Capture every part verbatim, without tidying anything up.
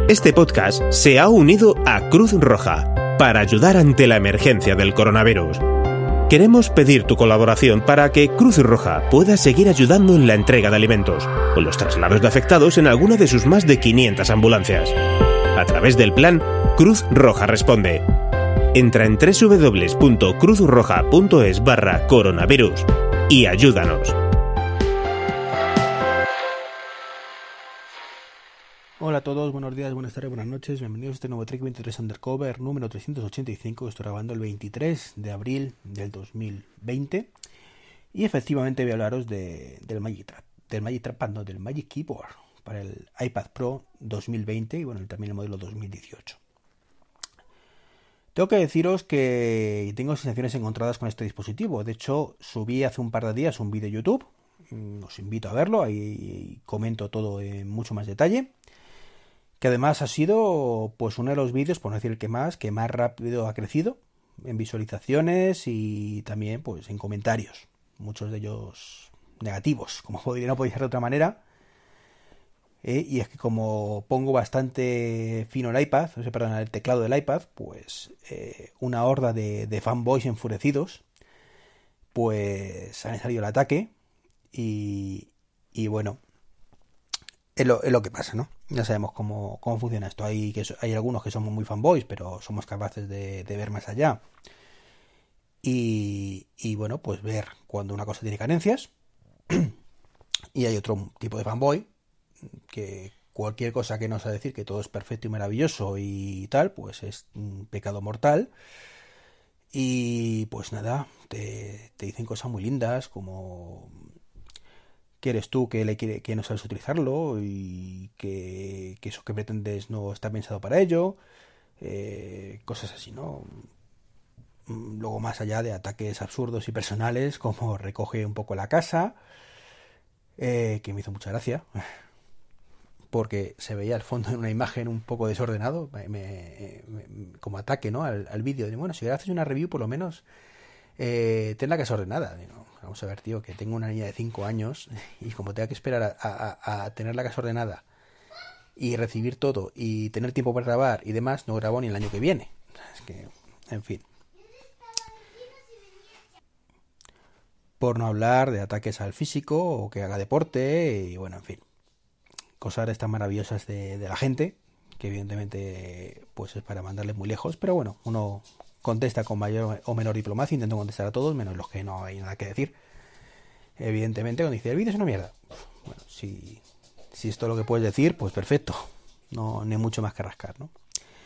Este podcast se ha unido a Cruz Roja para ayudar ante la emergencia del coronavirus. Queremos pedir tu colaboración para que Cruz Roja pueda seguir ayudando en la entrega de alimentos o los traslados de afectados en alguna de sus más de quinientas ambulancias. A través del plan Cruz Roja Responde. Entra en doble u doble u doble u punto cruz roja punto es barra coronavirus y ayúdanos. Hola a todos, buenos días, buenas tardes, buenas noches, bienvenidos a este nuevo Trek veintitrés Undercover número trescientos ochenta y cinco, que estoy grabando el veintitrés de abril del dos mil veinte y efectivamente voy a hablaros de, del Magic Trap, del Magic Trackpad, no, del Magic Keyboard para el iPad Pro dos mil veinte y bueno, también el modelo dos mil dieciocho. Tengo que deciros que tengo sensaciones encontradas con este dispositivo. De hecho, subí hace un par de días un vídeo de YouTube, os invito a verlo, ahí comento todo en mucho más detalle. Que además ha sido pues uno de los vídeos, por no decir el que más, que más rápido ha crecido en visualizaciones y también pues en comentarios, muchos de ellos negativos, como podría, no podía ser de otra manera. Eh, y es que como pongo bastante fino el iPad, o sea, perdón, el teclado del iPad, pues eh, una horda de, de fanboys enfurecidos, pues han salido al ataque y, y bueno, es lo, es lo que pasa, ¿no? Ya sabemos cómo, cómo funciona esto. Hay, que, hay algunos que somos muy fanboys, pero somos capaces de, de ver más allá. Y, y bueno, pues ver cuando una cosa tiene carencias. Y hay otro tipo de fanboy que cualquier cosa que nos va a decir que todo es perfecto y maravilloso y tal, pues es un pecado mortal. Y pues nada, te, te dicen cosas muy lindas como que eres tú que, le quiere, que no sabes utilizarlo y que, que eso que pretendes no está pensado para ello, eh, cosas así, ¿no? Luego, más allá de ataques absurdos y personales, como recoge un poco la casa, eh, que me hizo mucha gracia, porque se veía al fondo en una imagen un poco desordenado, me, me, me, como ataque, ¿no? Al, al vídeo. De, bueno, si haces una review, por lo menos eh, ten la casa ordenada. Digo, vamos a ver, tío, que tengo una niña de cinco años y como tenga que esperar a, a, a tener la casa ordenada y recibir todo y tener tiempo para grabar y demás, no grabo ni el año que viene. Es que, en fin. Por no hablar de ataques al físico o que haga deporte y bueno, en fin. Cosas estas maravillosas de, de la gente, que evidentemente pues es para mandarles muy lejos, pero bueno, uno contesta con mayor o menor diplomacia, intento contestar a todos, menos los que no hay nada que decir. Evidentemente, cuando dice el vídeo es una mierda. Bueno, si, si esto es lo que puedes decir, pues perfecto. No, no hay mucho más que rascar, ¿no?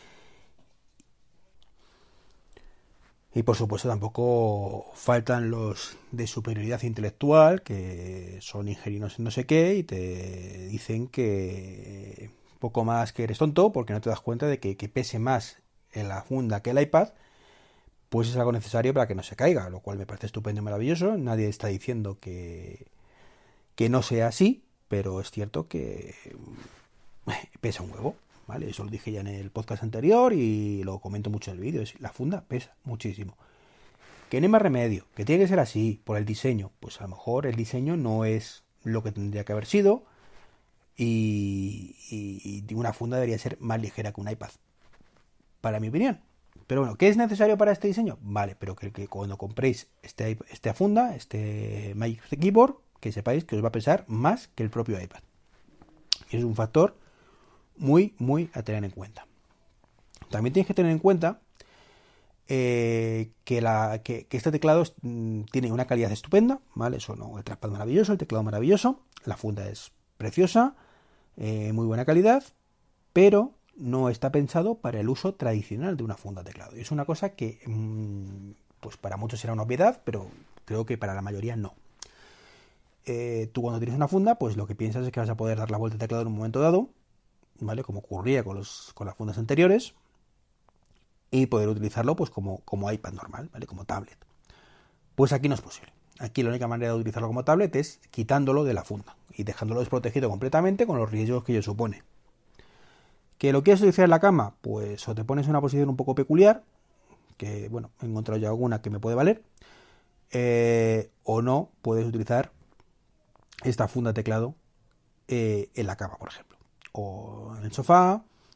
Y por supuesto tampoco faltan los de superioridad intelectual, que son ingenios en no sé qué, y te dicen que poco más que eres tonto, porque no te das cuenta de que, que pese más en la funda que el iPad, pues es algo necesario para que no se caiga, lo cual me parece estupendo y maravilloso. Nadie está diciendo que, que no sea así, pero es cierto que pesa un huevo, ¿vale? Eso lo dije ya en el podcast anterior y lo comento mucho en el vídeo. La funda pesa muchísimo. Que no hay más remedio, que tiene que ser así por el diseño. Pues a lo mejor el diseño no es lo que tendría que haber sido y, y, y una funda debería ser más ligera que un iPad, para mi opinión. Pero bueno, ¿qué es necesario para este diseño? Vale, pero que, que cuando compréis este, esta funda, este Magic Keyboard, que sepáis que os va a pesar más que el propio iPad. Y es un factor muy, muy a tener en cuenta. También tienes que tener en cuenta eh, que, la, que, que este teclado es, mm, tiene una calidad estupenda, ¿vale? Eso no, el trackpad maravilloso, el teclado maravilloso, la funda es preciosa, eh, muy buena calidad, pero no está pensado para el uso tradicional de una funda teclado. Y es una cosa que mmm, pues para muchos será una obviedad, pero creo que para la mayoría no. Eh, tú cuando tienes una funda, pues lo que piensas es que vas a poder dar la vuelta al teclado en un momento dado, ¿vale? Como ocurría con, los, con las fundas anteriores, y poder utilizarlo pues como, como iPad normal, ¿vale? Como tablet. Pues aquí no es posible. Aquí la única manera de utilizarlo como tablet es quitándolo de la funda y dejándolo desprotegido completamente con los riesgos que ello supone. ¿Que lo quieres utilizar en la cama? Pues o te pones en una posición un poco peculiar, que bueno, he encontrado ya alguna que me puede valer, eh, o no puedes utilizar esta funda teclado eh, en la cama, por ejemplo, o en el sofá,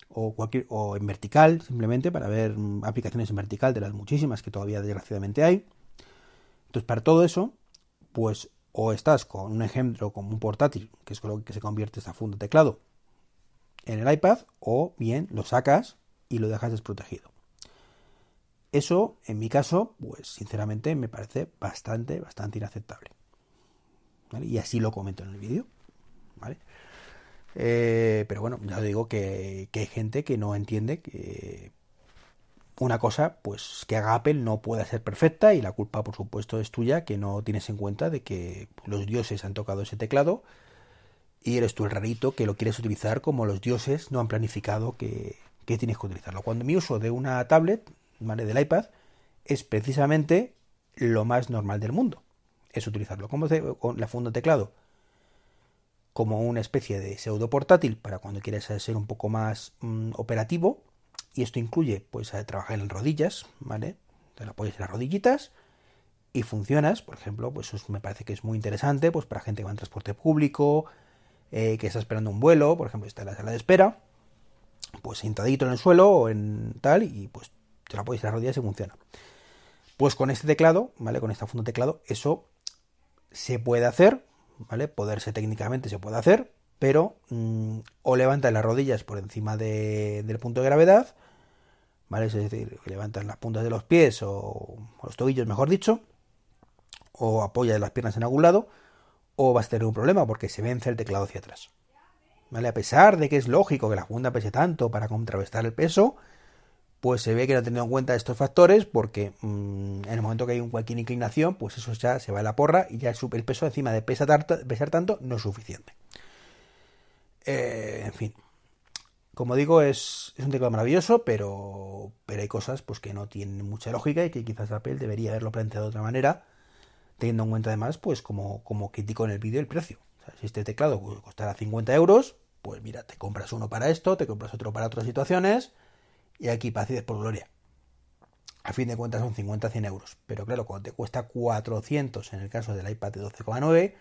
o cualquier o en vertical, simplemente para ver aplicaciones en vertical de las muchísimas que todavía desgraciadamente hay. Entonces, para todo eso, pues o estás con un ejemplo como un portátil, que es con lo que se convierte esta funda teclado en el iPad, o bien lo sacas y lo dejas desprotegido. Eso, en mi caso, pues sinceramente me parece bastante, bastante inaceptable, ¿vale? Y así lo comento en el vídeo, ¿vale? Eh, pero bueno, ya os digo que, que hay gente que no entiende que una cosa, pues que haga Apple no pueda ser perfecta, y la culpa, por supuesto, es tuya, que no tienes en cuenta de que los dioses han tocado ese teclado y eres tú el rarito que lo quieres utilizar como los dioses no han planificado que, que tienes que utilizarlo. Cuando mi uso de una tablet, ¿vale?, del iPad, es precisamente lo más normal del mundo. Es utilizarlo como con la funda teclado como una especie de pseudo portátil para cuando quieras ser un poco más mmm, operativo. Y esto incluye, pues, a trabajar en rodillas, ¿vale? Te lo apoyas en las rodillitas y funcionas. Por ejemplo, pues eso me parece que es muy interesante, pues para gente que va en transporte público, eh, que está esperando un vuelo, por ejemplo, está en la sala de espera, pues sentadito en el suelo o en tal, y pues te lo apoyas en las rodillas y funciona. Pues con este teclado, ¿vale? Con esta funda teclado, eso se puede hacer, ¿vale? Poderse técnicamente se puede hacer, pero mmm, o levantas las rodillas por encima de, del punto de gravedad, ¿vale? Es decir, levantas las puntas de los pies o, o los tobillos, mejor dicho, o apoyas las piernas en algún lado, o vas a tener un problema porque se vence el teclado hacia atrás, ¿vale? A pesar de que es lógico que la funda pese tanto para contrarrestar el peso, pues se ve que no han tenido en cuenta estos factores porque mmm, en el momento que hay un, cualquier inclinación, pues eso ya se va a la porra y ya el peso encima de pesar, pesar tanto no es suficiente. Eh, en fin, como digo, es, es un teclado maravilloso, pero, pero hay cosas pues que no tienen mucha lógica y que quizás Apple debería haberlo planteado de otra manera, teniendo en cuenta además, pues como, como critico en el vídeo, el precio. O sea, si este teclado costará cincuenta euros, pues mira, te compras uno para esto, te compras otro para otras situaciones, y aquí pacides por gloria. A fin de cuentas son cincuenta a cien euros. Pero claro, cuando te cuesta cuatrocientos en el caso del iPad de doce coma nueve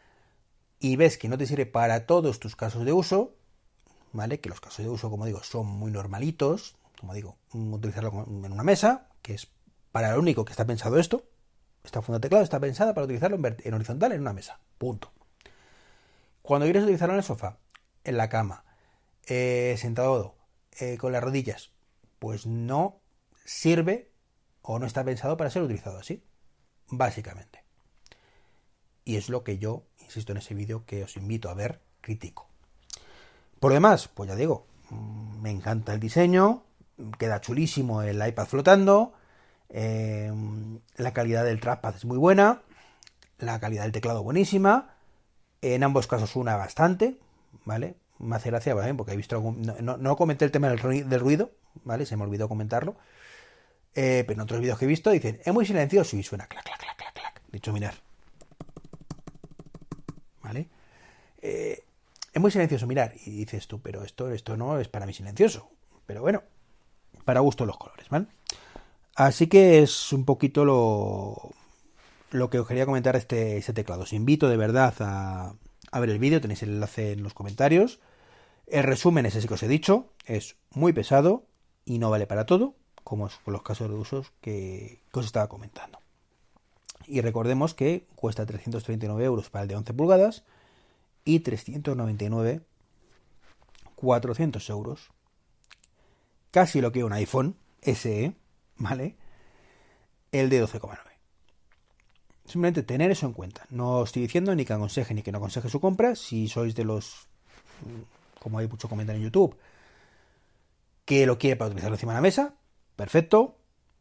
y ves que no te sirve para todos tus casos de uso, ¿vale? Que los casos de uso, como digo, son muy normalitos. Como digo, utilizarlo en una mesa, que es para lo único que está pensado esto. Esta funda de teclado está pensada para utilizarlo en, en horizontal en una mesa. Punto. Cuando quieres utilizarlo en el sofá, en la cama, eh, sentado, eh, con las rodillas, pues no sirve o no está pensado para ser utilizado así, básicamente. Y es lo que yo, insisto en ese vídeo que os invito a ver, critico. Por demás, pues ya digo, me encanta el diseño, queda chulísimo el iPad flotando, eh, la calidad del trackpad es muy buena, la calidad del teclado buenísima, en ambos casos una bastante, ¿vale? Me hace gracia, ¿vale? Porque he visto algún... No, no, no comenté el tema del ruido, del ruido, ¿vale? Se me olvidó comentarlo. Eh, pero en otros vídeos que he visto dicen, es muy silencioso y suena clac, clac, clac, clac, clac. De hecho, mirar. ¿Vale? Eh, es muy silencioso, mirar. Y dices tú, pero esto, esto no es para mí silencioso. Pero bueno, para gusto los colores, ¿vale? Así que es un poquito lo, lo que os quería comentar este, este teclado. Os invito de verdad a, a ver el vídeo, tenéis el enlace en los comentarios. El resumen es ese que os he dicho, es muy pesado y no vale para todo, como es con los casos de usos que, que os estaba comentando. Y recordemos que cuesta trescientos treinta y nueve euros para el de once pulgadas y trescientos noventa y nueve, cuatrocientos euros. Casi lo que es un iPhone S E, ¿vale? El de doce coma nueve. Simplemente tener eso en cuenta. No os estoy diciendo ni que aconseje ni que no aconseje su compra. Si sois de los, como hay mucho comentario en YouTube, que lo quiere para utilizarlo encima de la mesa, perfecto.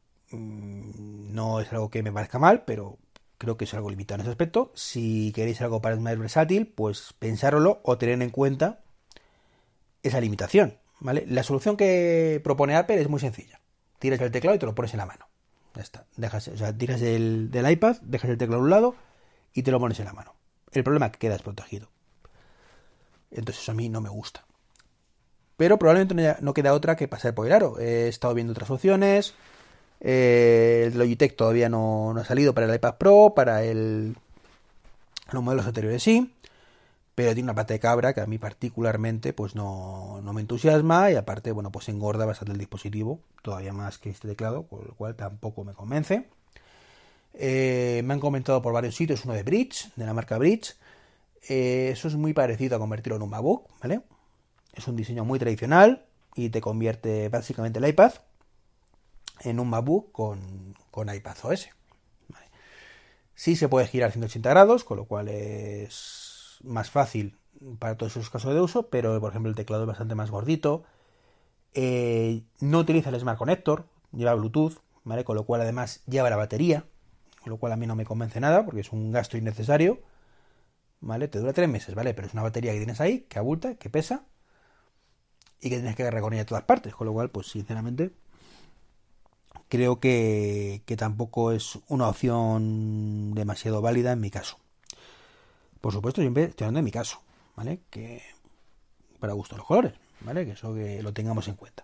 No es algo que me parezca mal, pero creo que es algo limitado en ese aspecto. Si queréis algo para más versátil, pues pensároslo o tener en cuenta esa limitación, ¿vale? La solución que propone Apple es muy sencilla. Tiras el teclado y te lo pones en la mano. Ya está. Dejas, o sea, tiras el, del iPad, dejas el teclado a un lado y te lo pones en la mano. El problema es que quedas protegido. Entonces eso a mí no me gusta. Pero probablemente no, haya, no queda otra que pasar por el aro. He estado viendo otras opciones. Eh, el Logitech todavía no, no ha salido para el iPad Pro, para el, los modelos anteriores sí. pero tiene una pata de cabra que a mí particularmente pues no, no me entusiasma y aparte, bueno, pues engorda bastante el dispositivo, todavía más que este teclado, con lo cual tampoco me convence. Eh, me han comentado por varios sitios uno de Bridge, de la marca Bridge. Eh, eso es muy parecido a convertirlo en un MacBook, ¿vale? Es un diseño muy tradicional y te convierte básicamente el iPad en un MacBook con, con iPadOS. ¿Vale? Sí se puede girar ciento ochenta grados, con lo cual es más fácil para todos esos casos de uso, pero por ejemplo el teclado es bastante más gordito. Eh, no utiliza el Smart Connector, lleva Bluetooth, ¿vale? Con lo cual además lleva la batería, con lo cual a mí no me convence nada porque es un gasto innecesario, ¿vale? Te dura tres meses, ¿vale? Pero es una batería que tienes ahí, que abulta, que pesa y que tienes que agarrar con ella a todas partes, con lo cual, pues sinceramente creo que, que tampoco es una opción demasiado válida en mi caso. Por supuesto, siempre estoy hablando de mi caso, ¿vale? Que para gusto los colores, ¿vale? Que eso que lo tengamos en cuenta.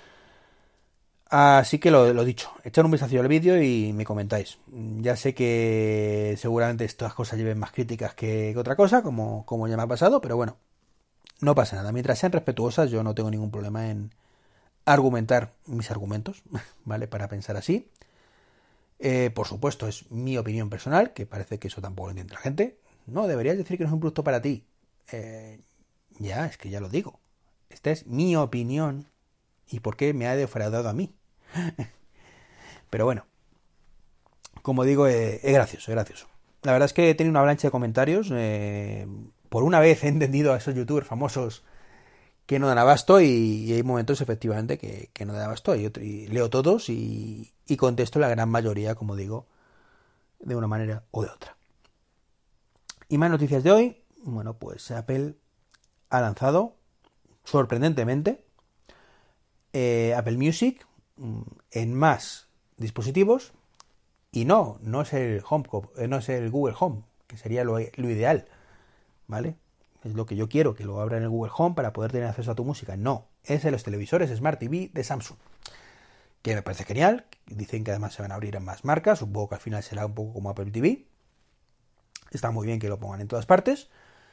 Así que lo, lo dicho, echad un vistazo al vídeo y me comentáis. Ya sé que seguramente estas cosas lleven más críticas que, que otra cosa, como, como ya me ha pasado, pero bueno, no pasa nada. Mientras sean respetuosas, yo no tengo ningún problema en argumentar mis argumentos, ¿vale? Para pensar así. Eh, por supuesto, es mi opinión personal, que parece que eso tampoco lo entiende la gente. No, deberías decir que no es un producto para ti. Eh, ya, es que ya lo digo. Esta es mi opinión. ¿Y por qué me ha defraudado a mí? Pero bueno, como digo, eh, es gracioso, es gracioso. La verdad es que he tenido una avalancha de comentarios. Eh, por una vez he entendido a esos youtubers famosos que no dan abasto y, y hay momentos efectivamente que, que no dan abasto. Y, y leo todos y, y contesto la gran mayoría, como digo, de una manera o de otra. Y más noticias de hoy. Bueno, pues Apple ha lanzado, sorprendentemente, eh, Apple Music en más dispositivos y no, no es el Home, no es el Google Home, que sería lo, lo ideal, ¿vale? Es lo que yo quiero, que lo abra en el Google Home para poder tener acceso a tu música. No, es en los televisores Smart T V de Samsung, que me parece genial. Dicen que además se van a abrir en más marcas, supongo que al final será un poco como Apple T V. Está muy bien que lo pongan en todas partes,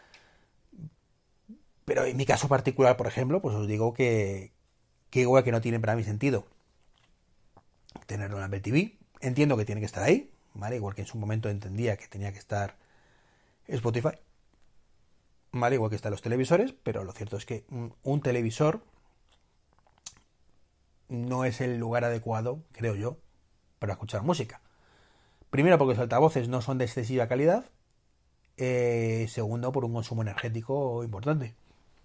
pero en mi caso particular, por ejemplo, pues os digo que que igual que no tiene para mí sentido tenerlo en Apple T V. Entiendo que tiene que estar ahí, ¿vale? Igual que en su momento entendía que tenía que estar Spotify, ¿vale? Igual que están los televisores, pero lo cierto es que un, un televisor no es el lugar adecuado, creo yo, para escuchar música. Primero, porque los altavoces no son de excesiva calidad. Eh, segundo, por un consumo energético importante.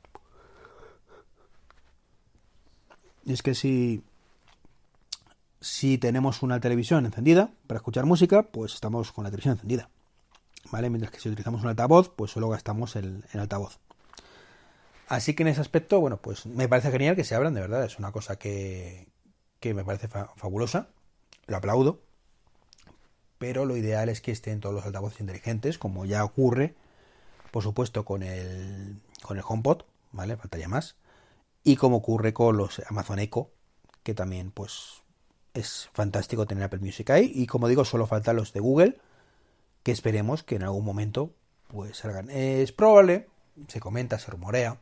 Y es que si, si tenemos una televisión encendida para escuchar música, pues estamos con la televisión encendida, ¿vale? Mientras que si utilizamos un altavoz, pues solo gastamos el, el altavoz. Así que en ese aspecto, bueno, pues me parece genial que se abran, de verdad. Es una cosa que, que me parece fa- fabulosa. Lo aplaudo. Pero lo ideal es que estén todos los altavoces inteligentes, como ya ocurre, por supuesto, con el, con el HomePod, ¿vale? Faltaría más. Y como ocurre con los Amazon Echo, que también pues es fantástico tener Apple Music ahí. Y como digo, solo faltan los de Google, que esperemos que en algún momento pues salgan. Es probable, se comenta, se rumorea,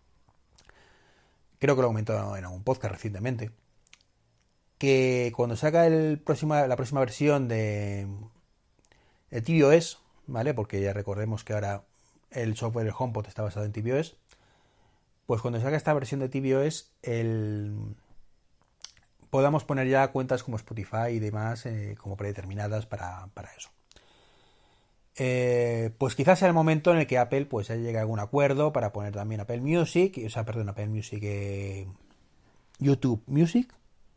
creo que lo he comentado en algún podcast recientemente, que cuando salga el próxima, la próxima versión de, de tvOS, ¿vale? Porque ya recordemos que ahora el software del HomePod está basado en tvOS. Pues cuando salga esta versión de tvOS, el... podamos poner ya cuentas como Spotify y demás eh, como predeterminadas para, para eso. Eh, pues quizás sea el momento en el que Apple pues llegue a algún acuerdo para poner también Apple Music, o sea, perdón, Apple Music, eh, YouTube Music,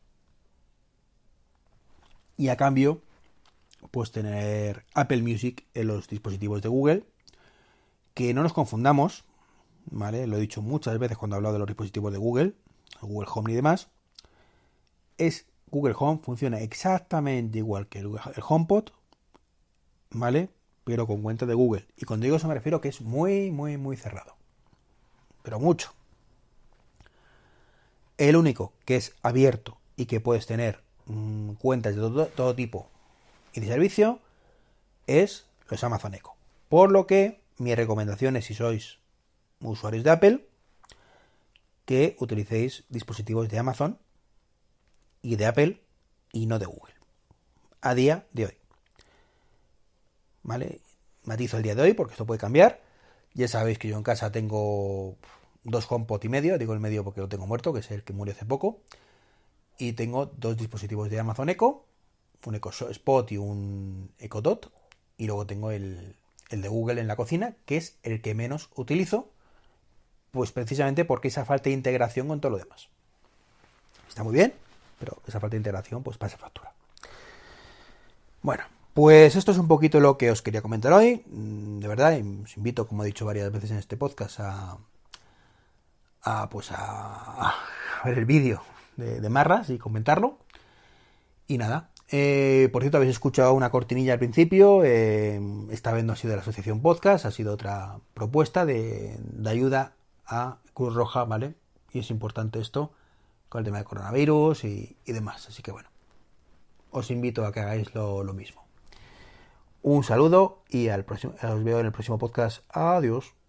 y a cambio pues tener Apple Music en los dispositivos de Google. Que no nos confundamos, ¿vale? Lo he dicho muchas veces cuando he hablado de los dispositivos de Google, Google Home y demás. Es Google Home, funciona exactamente igual que el, el HomePod, ¿vale? Pero con cuenta de Google. Y cuando digo eso me refiero que es muy, muy, muy cerrado. Pero mucho. El único que es abierto y que puedes tener mmm, cuentas de todo, todo tipo y de servicio es los Amazon Echo. Por lo que mi recomendación es, si sois usuarios de Apple, que utilicéis dispositivos de Amazon y de Apple y no de Google, a día de hoy. ¿Vale? Matizo el día de hoy porque esto puede cambiar. Ya sabéis que yo en casa tengo dos HomePod y medio, digo el medio porque lo tengo muerto, que es el que murió hace poco, y tengo dos dispositivos de Amazon Echo, un Echo Spot y un Echo Dot, y luego tengo el, el de Google en la cocina, que es el que menos utilizo, pues precisamente porque esa falta de integración con todo lo demás. Está muy bien, pero esa falta de integración pues pasa factura. Bueno, pues esto es un poquito lo que os quería comentar hoy. De verdad, os invito, como he dicho varias veces en este podcast, a, a pues a, a ver el vídeo de, de Marras y comentarlo. Y nada, eh, por cierto, habéis escuchado una cortinilla al principio. Eh, esta vez no ha sido de la Asociación Podcast, ha sido otra propuesta de, de ayuda a Cruz Roja, ¿vale? Y es importante esto con el tema del coronavirus y, y demás. Así que bueno, os invito a que hagáis lo, lo mismo. Un saludo y al próximo, os veo en el próximo podcast. Adiós.